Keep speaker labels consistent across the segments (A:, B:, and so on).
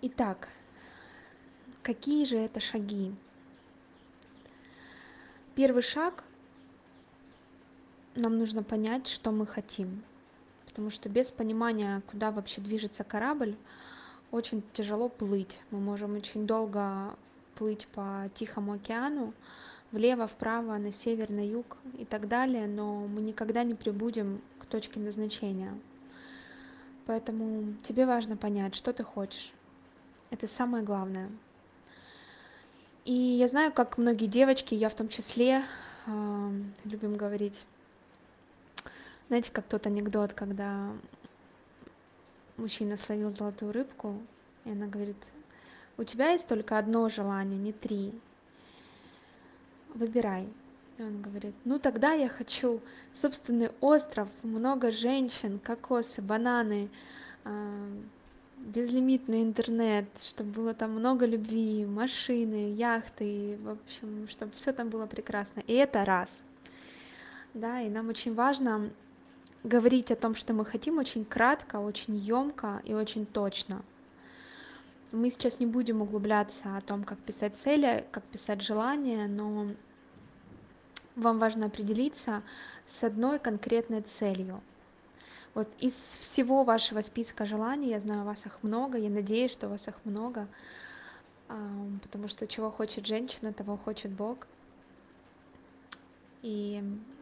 A: Итак, какие же это шаги? Первый шаг — нам нужно понять, что мы хотим, потому что без понимания, куда вообще движется корабль, очень тяжело плыть. Мы можем очень долго плыть по Тихому океану, влево, вправо, на север, на юг и так далее, но мы никогда не прибудем к точке назначения. Поэтому тебе важно понять, что ты хочешь. Это самое главное. И я знаю, как многие девочки, я в том числе, любим говорить, знаете, как тот анекдот, когда мужчина словил золотую рыбку, и она говорит: у тебя есть только одно желание, не три, выбирай. И он говорит: ну тогда я хочу собственный остров, много женщин, кокосы, бананы, безлимитный интернет, чтобы было там много любви, машины, яхты, в общем, чтобы все там было прекрасно. И это раз. Да, и нам очень важно говорить о том, что мы хотим, очень кратко, очень емко и очень точно. Мы сейчас не будем углубляться о том, как писать цели, как писать желания, но вам важно определиться с одной конкретной целью. Вот из всего вашего списка желаний, я знаю, у вас их много, я надеюсь, что у вас их много, потому что чего хочет женщина, того хочет Бог. И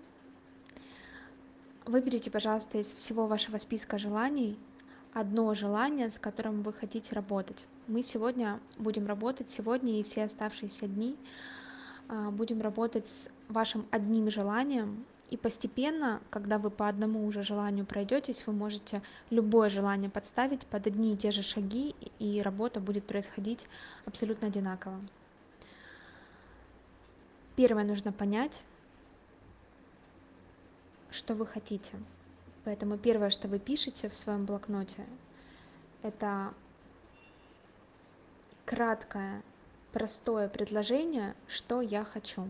A: выберите, пожалуйста, из всего вашего списка желаний одно желание, с которым вы хотите работать. Мы сегодня будем работать, сегодня и все оставшиеся дни будем работать с вашим одним желанием, и постепенно, когда вы по одному уже желанию пройдетесь, вы можете любое желание подставить под одни и те же шаги, и работа будет происходить абсолютно одинаково. Первое, нужно понять, что вы хотите. Поэтому первое, что вы пишете в своем блокноте, это краткое, простое предложение, что я хочу.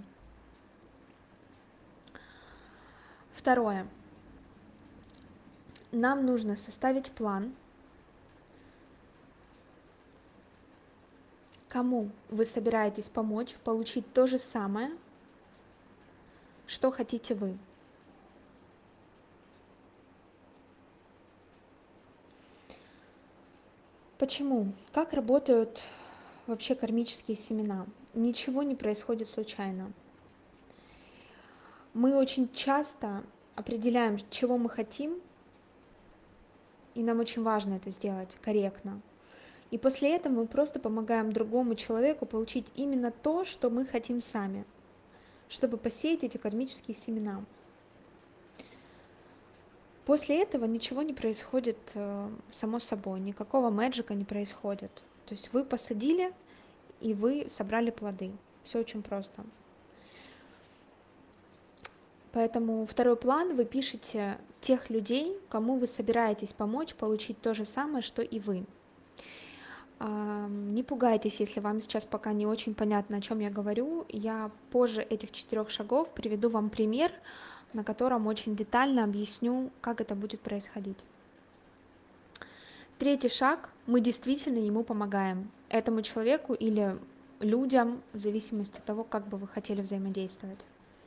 A: Второе. Нам нужно составить план, кому вы собираетесь помочь получить то же самое, что хотите вы. Почему? Как работают вообще кармические семена? Ничего не происходит случайно. Мы очень часто определяем, чего мы хотим, и нам очень важно это сделать корректно. И после этого мы просто помогаем другому человеку получить именно то, что мы хотим сами, чтобы посеять эти кармические семена. После этого ничего не происходит само собой, никакого мэджика не происходит. То есть вы посадили, и вы собрали плоды. Все очень просто. Поэтому второй план: вы пишете тех людей, кому вы собираетесь помочь получить то же самое, что и вы. Не пугайтесь, если вам сейчас пока не очень понятно, о чем я говорю. Я позже этих 4 шагов приведу вам пример, на котором очень детально объясню, как это будет происходить. Третий шаг: мы действительно ему помогаем, этому человеку или людям, в зависимости от того, как бы вы хотели взаимодействовать.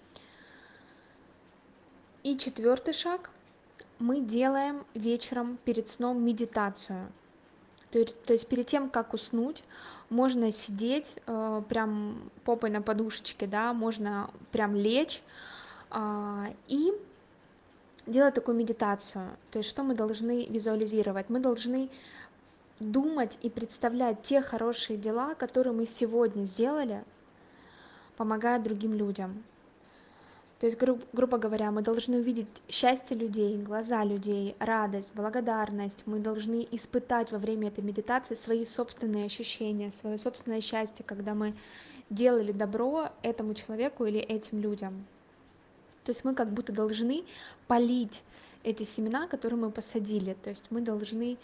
A: И четвертый шаг: мы делаем вечером перед сном медитацию. То есть перед тем, как уснуть, можно сидеть прям попой на подушечке, да, можно прям лечь и делать такую медитацию. То есть что мы должны визуализировать? Мы должны думать и представлять те хорошие дела, которые мы сегодня сделали, помогая другим людям. То есть, грубо говоря, мы должны увидеть счастье людей, глаза людей, радость, благодарность. Мы должны испытать во время этой медитации свои собственные ощущения, свое собственное счастье, когда мы делали добро этому человеку или этим людям. То есть мы как будто должны полить эти семена, которые мы посадили. То есть мы должны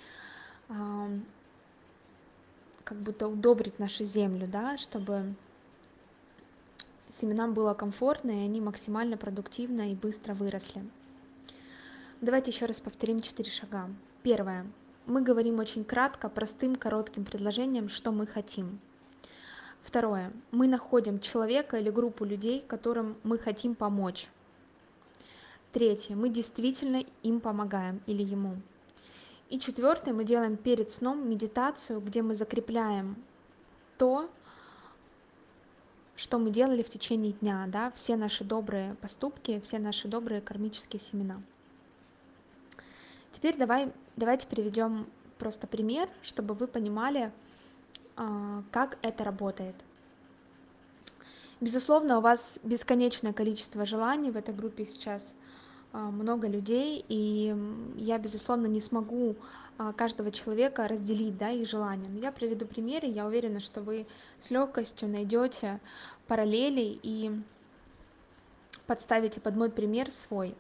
A: как будто удобрить нашу землю, да, чтобы семенам было комфортно, и они максимально продуктивно и быстро выросли. Давайте еще раз повторим 4 шага. Первое. Мы говорим очень кратко, простым, коротким предложением, что мы хотим. Второе. Мы находим человека или группу людей, которым мы хотим помочь. Третье. Мы действительно им помогаем или ему. И четвертое. Мы делаем перед сном медитацию, где мы закрепляем то, что мы делали в течение дня, да, все наши добрые поступки, все наши добрые кармические семена. Теперь давайте приведем просто пример, чтобы вы понимали, как это работает. Безусловно, у вас бесконечное количество желаний в этой группе сейчас, много людей, и я, безусловно, не смогу каждого человека разделить, да, их желания. Но я приведу примеры, я уверена, что вы с легкостью найдете параллели и подставите под мой пример свой.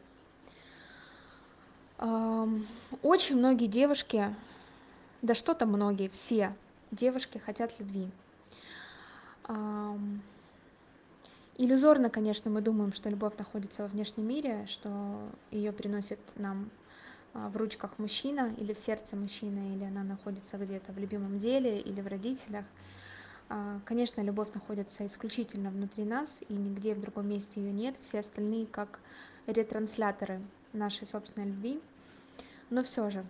A: Очень многие девушки, да что там многие, все девушки хотят любви. Иллюзорно, конечно, мы думаем, что любовь находится во внешнем мире, что ее приносит нам в ручках мужчина или в сердце мужчина, или она находится где-то в любимом деле или в родителях. Конечно, любовь находится исключительно внутри нас, и нигде в другом месте ее нет, все остальные как ретрансляторы нашей собственной любви. Но все же,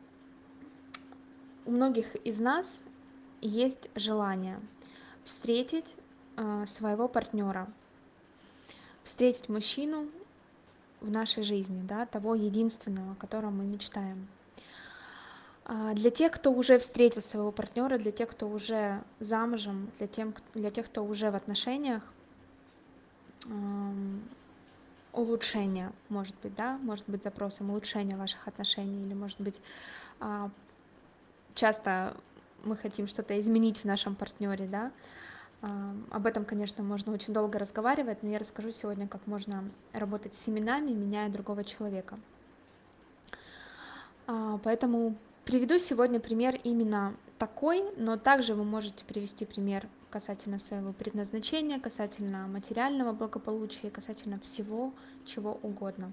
A: у многих из нас есть желание встретить своего партнера, встретить мужчину в нашей жизни, да, того единственного, о котором мы мечтаем. Для тех, кто уже встретил своего партнера, для тех, кто уже замужем, для тех, кто уже в отношениях, улучшение, может быть запросом улучшения ваших отношений, или, может быть, часто мы хотим что-то изменить в нашем партнере, да. Об этом, конечно, можно очень долго разговаривать, но я расскажу сегодня, как можно работать с семенами, меняя другого человека. Поэтому приведу сегодня пример именно такой, но также вы можете привести пример касательно своего предназначения, касательно материального благополучия, касательно всего, чего угодно.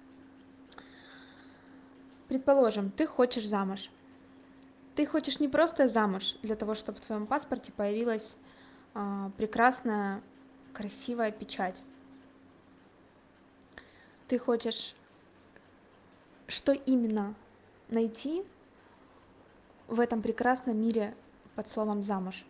A: Предположим, ты хочешь замуж. Ты хочешь не просто замуж для того, чтобы в твоем паспорте появилась прекрасная, красивая печать. Ты хочешь что именно найти в этом прекрасном мире под словом «замуж».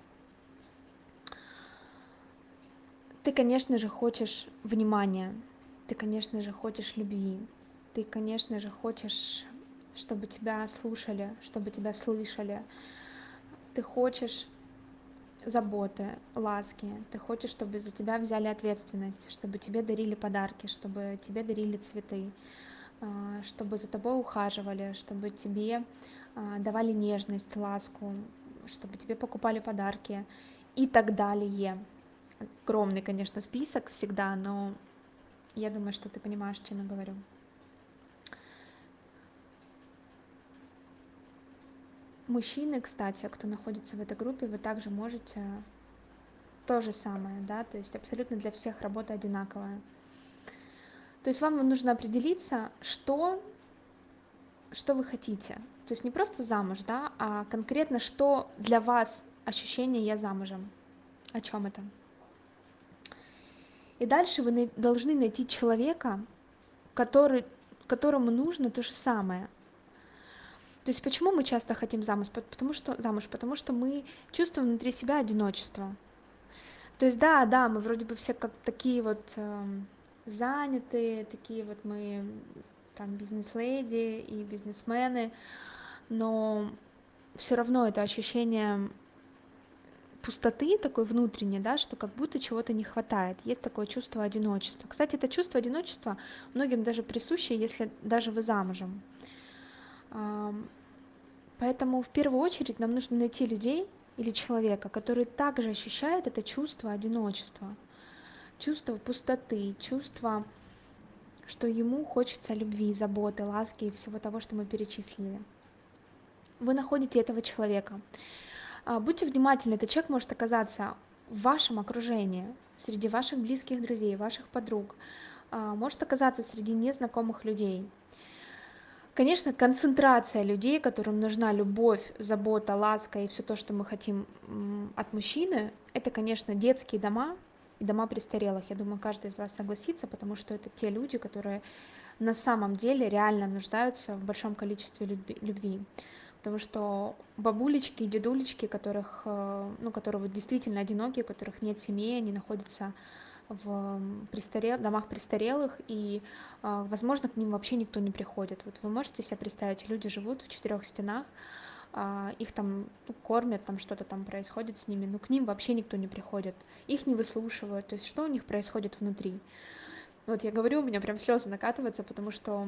A: Ты, конечно же, хочешь внимания, ты, конечно же, хочешь любви, ты, конечно же, хочешь, чтобы тебя слушали, чтобы тебя слышали, ты хочешь заботы, ласки, ты хочешь, чтобы за тебя взяли ответственность, чтобы тебе дарили подарки, чтобы тебе дарили цветы, чтобы за тобой ухаживали, чтобы тебе давали нежность, ласку, чтобы тебе покупали подарки и так далее. Огромный, конечно, список всегда, но я думаю, что ты понимаешь, о чем я говорю. Мужчины, кстати, кто находится в этой группе, вы также можете то же самое, да, то есть абсолютно для всех работа одинаковая. То есть вам нужно определиться, что вы хотите. То есть не просто замуж, да, а конкретно, что для вас ощущение «я замужем». О чем это? И дальше вы должны найти человека, которому нужно то же самое. То есть почему мы часто хотим замуж? Потому что мы чувствуем внутри себя одиночество. То есть да, мы вроде бы все как такие вот занятые, такие вот мы там бизнес-леди и бизнесмены, но все равно это ощущение пустоты такой внутренней, да, что как будто чего-то не хватает, есть такое чувство одиночества. Кстати, это чувство одиночества многим даже присуще, если даже вы замужем. Поэтому в первую очередь нам нужно найти людей или человека, который также ощущает это чувство одиночества, чувство пустоты, чувство, что ему хочется любви, заботы, ласки и всего того, что мы перечислили. Вы находите этого человека. Будьте внимательны, этот человек может оказаться в вашем окружении, среди ваших близких друзей, ваших подруг, может оказаться среди незнакомых людей. Конечно, концентрация людей, которым нужна любовь, забота, ласка и все то, что мы хотим от мужчины, это, конечно, детские дома и дома престарелых. Я думаю, каждый из вас согласится, потому что это те люди, которые на самом деле реально нуждаются в большом количестве любви. Потому что бабулечки и дедулечки, которые вот действительно одинокие, у которых нет семьи, они находятся в домах престарелых, и, возможно, к ним вообще никто не приходит. Вот вы можете себе представить, люди живут в 4 стенах, их там кормят, там что-то там происходит с ними, но к ним вообще никто не приходит, их не выслушивают, то есть что у них происходит внутри. Вот я говорю, у меня прям слезы накатываются, потому что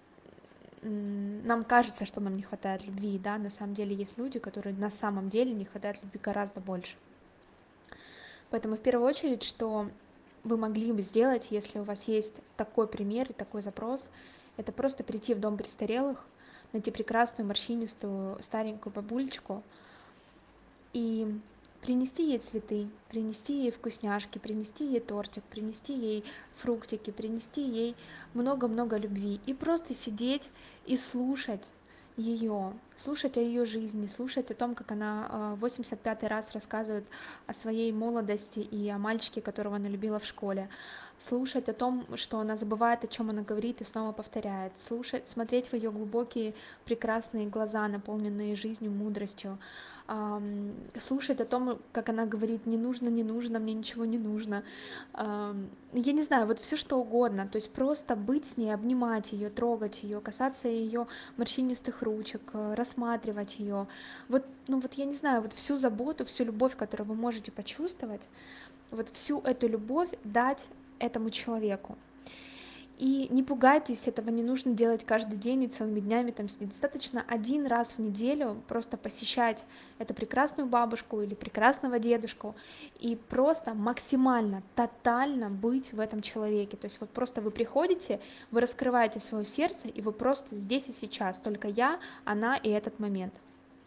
A: нам кажется, что нам не хватает любви, да, на самом деле есть люди, которые на самом деле не хватает любви гораздо больше. Поэтому в первую очередь, что вы могли бы сделать, если у вас есть такой пример и такой запрос, это просто прийти в дом престарелых, найти прекрасную морщинистую старенькую бабулечку и принести ей цветы, принести ей вкусняшки, принести ей тортик, принести ей фруктики, принести ей много-много любви и просто сидеть и слушать ее, слушать о ее жизни, слушать о том, как она 85-й раз рассказывает о своей молодости и о мальчике, которого она любила в школе, слушать о том, что она забывает, о чем она говорит, и снова повторяет, слушать, смотреть в ее глубокие прекрасные глаза, наполненные жизнью, мудростью, слушать о том, как она говорит: не нужно, не нужно, мне ничего не нужно, я не знаю, вот все что угодно, то есть просто быть с ней, обнимать ее, трогать ее, касаться ее морщинистых ручек, рассматривать ее, вот, ну вот я не знаю, вот всю заботу, всю любовь, которую вы можете почувствовать, вот всю эту любовь дать этому человеку. И не пугайтесь, этого не нужно делать каждый день и целыми днями там сидеть. Достаточно один раз в неделю просто посещать эту прекрасную бабушку или прекрасного дедушку и просто максимально, тотально быть в этом человеке. То есть вот просто вы приходите, вы раскрываете свое сердце, и вы просто здесь и сейчас, только я, она и этот момент.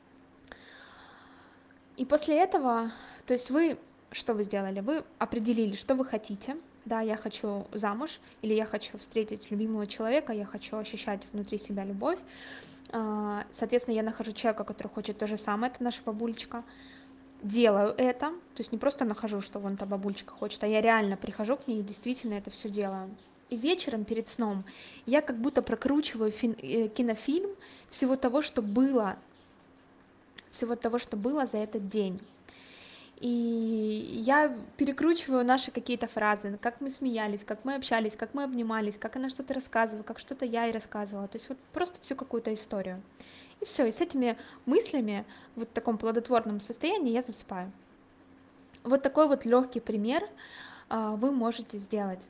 A: И после этого, то есть что вы сделали? Вы определили, что вы хотите. Да, я хочу замуж, или я хочу встретить любимого человека, я хочу ощущать внутри себя любовь. Соответственно, я нахожу человека, который хочет то же самое, это наша бабулечка. Делаю это, то есть не просто нахожу, что вон та бабулечка хочет, а я реально прихожу к ней и действительно это все делаю. И вечером перед сном я как будто прокручиваю кинофильм всего того, что было за этот день. И я перекручиваю наши какие-то фразы, как мы смеялись, как мы общались, как мы обнимались, как она что-то рассказывала, как что-то я ей рассказывала. То есть вот просто всю какую-то историю. И все, и с этими мыслями вот в таком плодотворном состоянии я засыпаю. Вот такой вот легкий пример вы можете сделать.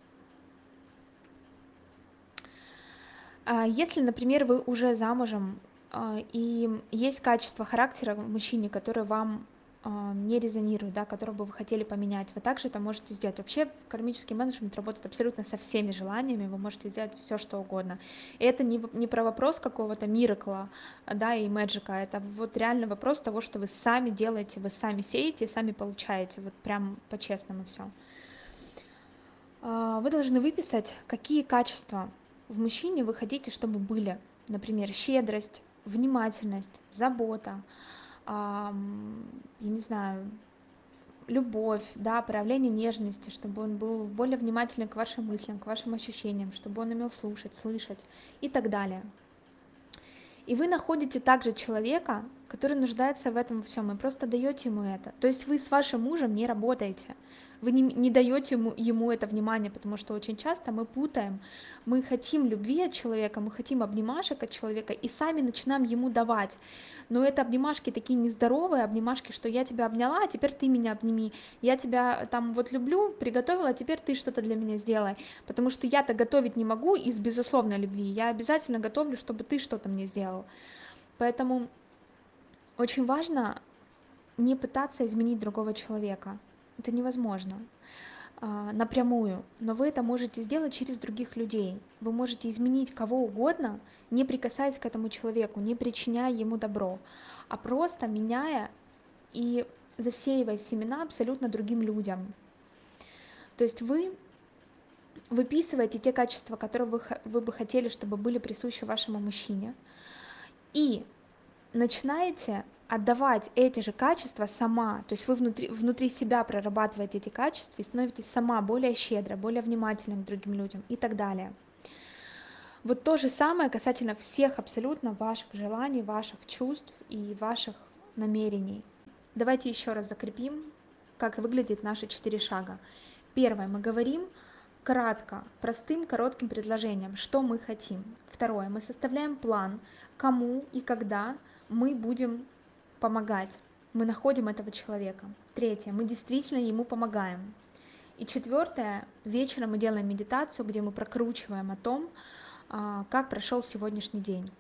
A: Если, например, вы уже замужем, и есть качество характера в мужчине, которые вам не резонируют, да, которые бы вы хотели поменять, вы также это можете сделать. Вообще кармический менеджмент работает абсолютно со всеми желаниями, вы можете сделать все, что угодно. И это не про вопрос какого-то миракла, да, и мэджика, это вот реально вопрос того, что вы сами делаете, вы сами сеете, сами получаете, вот прям по-честному все. Вы должны выписать, какие качества в мужчине вы хотите, чтобы были. Например, щедрость, внимательность, забота, я не знаю, любовь, да, проявление нежности, чтобы он был более внимательный к вашим мыслям, к вашим ощущениям, чтобы он умел слушать, слышать и так далее. И вы находите также человека, который нуждается в этом всем, и просто даете ему это. То есть вы с вашим мужем не работаете, вы не даете ему это внимание, потому что очень часто мы путаем, мы хотим любви от человека, мы хотим обнимашек от человека и сами начинаем ему давать. Но это обнимашки такие нездоровые, обнимашки, что я тебя обняла, а теперь ты меня обними, я тебя там вот люблю, приготовила, а теперь ты что-то для меня сделай, потому что я-то готовить не могу из безусловной любви, я обязательно готовлю, чтобы ты что-то мне сделал. Поэтому очень важно не пытаться изменить другого человека, это невозможно напрямую, но вы это можете сделать через других людей. Вы можете изменить кого угодно, не прикасаясь к этому человеку, не причиняя ему добро, а просто меняя и засеивая семена абсолютно другим людям. То есть вы выписывайте те качества, которые вы бы хотели, чтобы были присущи вашему мужчине, и начинаете отдавать эти же качества сама, то есть вы внутри себя прорабатываете эти качества и становитесь сама более щедрой, более внимательной к другим людям и так далее. Вот то же самое касательно всех абсолютно ваших желаний, ваших чувств и ваших намерений. Давайте еще раз закрепим, как выглядят наши 4 шага. Первое, мы говорим кратко, простым, коротким предложением, что мы хотим. Второе, мы составляем план, кому и когда мы будем помогать. Мы находим этого человека. Третье, мы действительно ему помогаем. И четвертое, вечером мы делаем медитацию, где мы прокручиваем о том, как прошел сегодняшний день.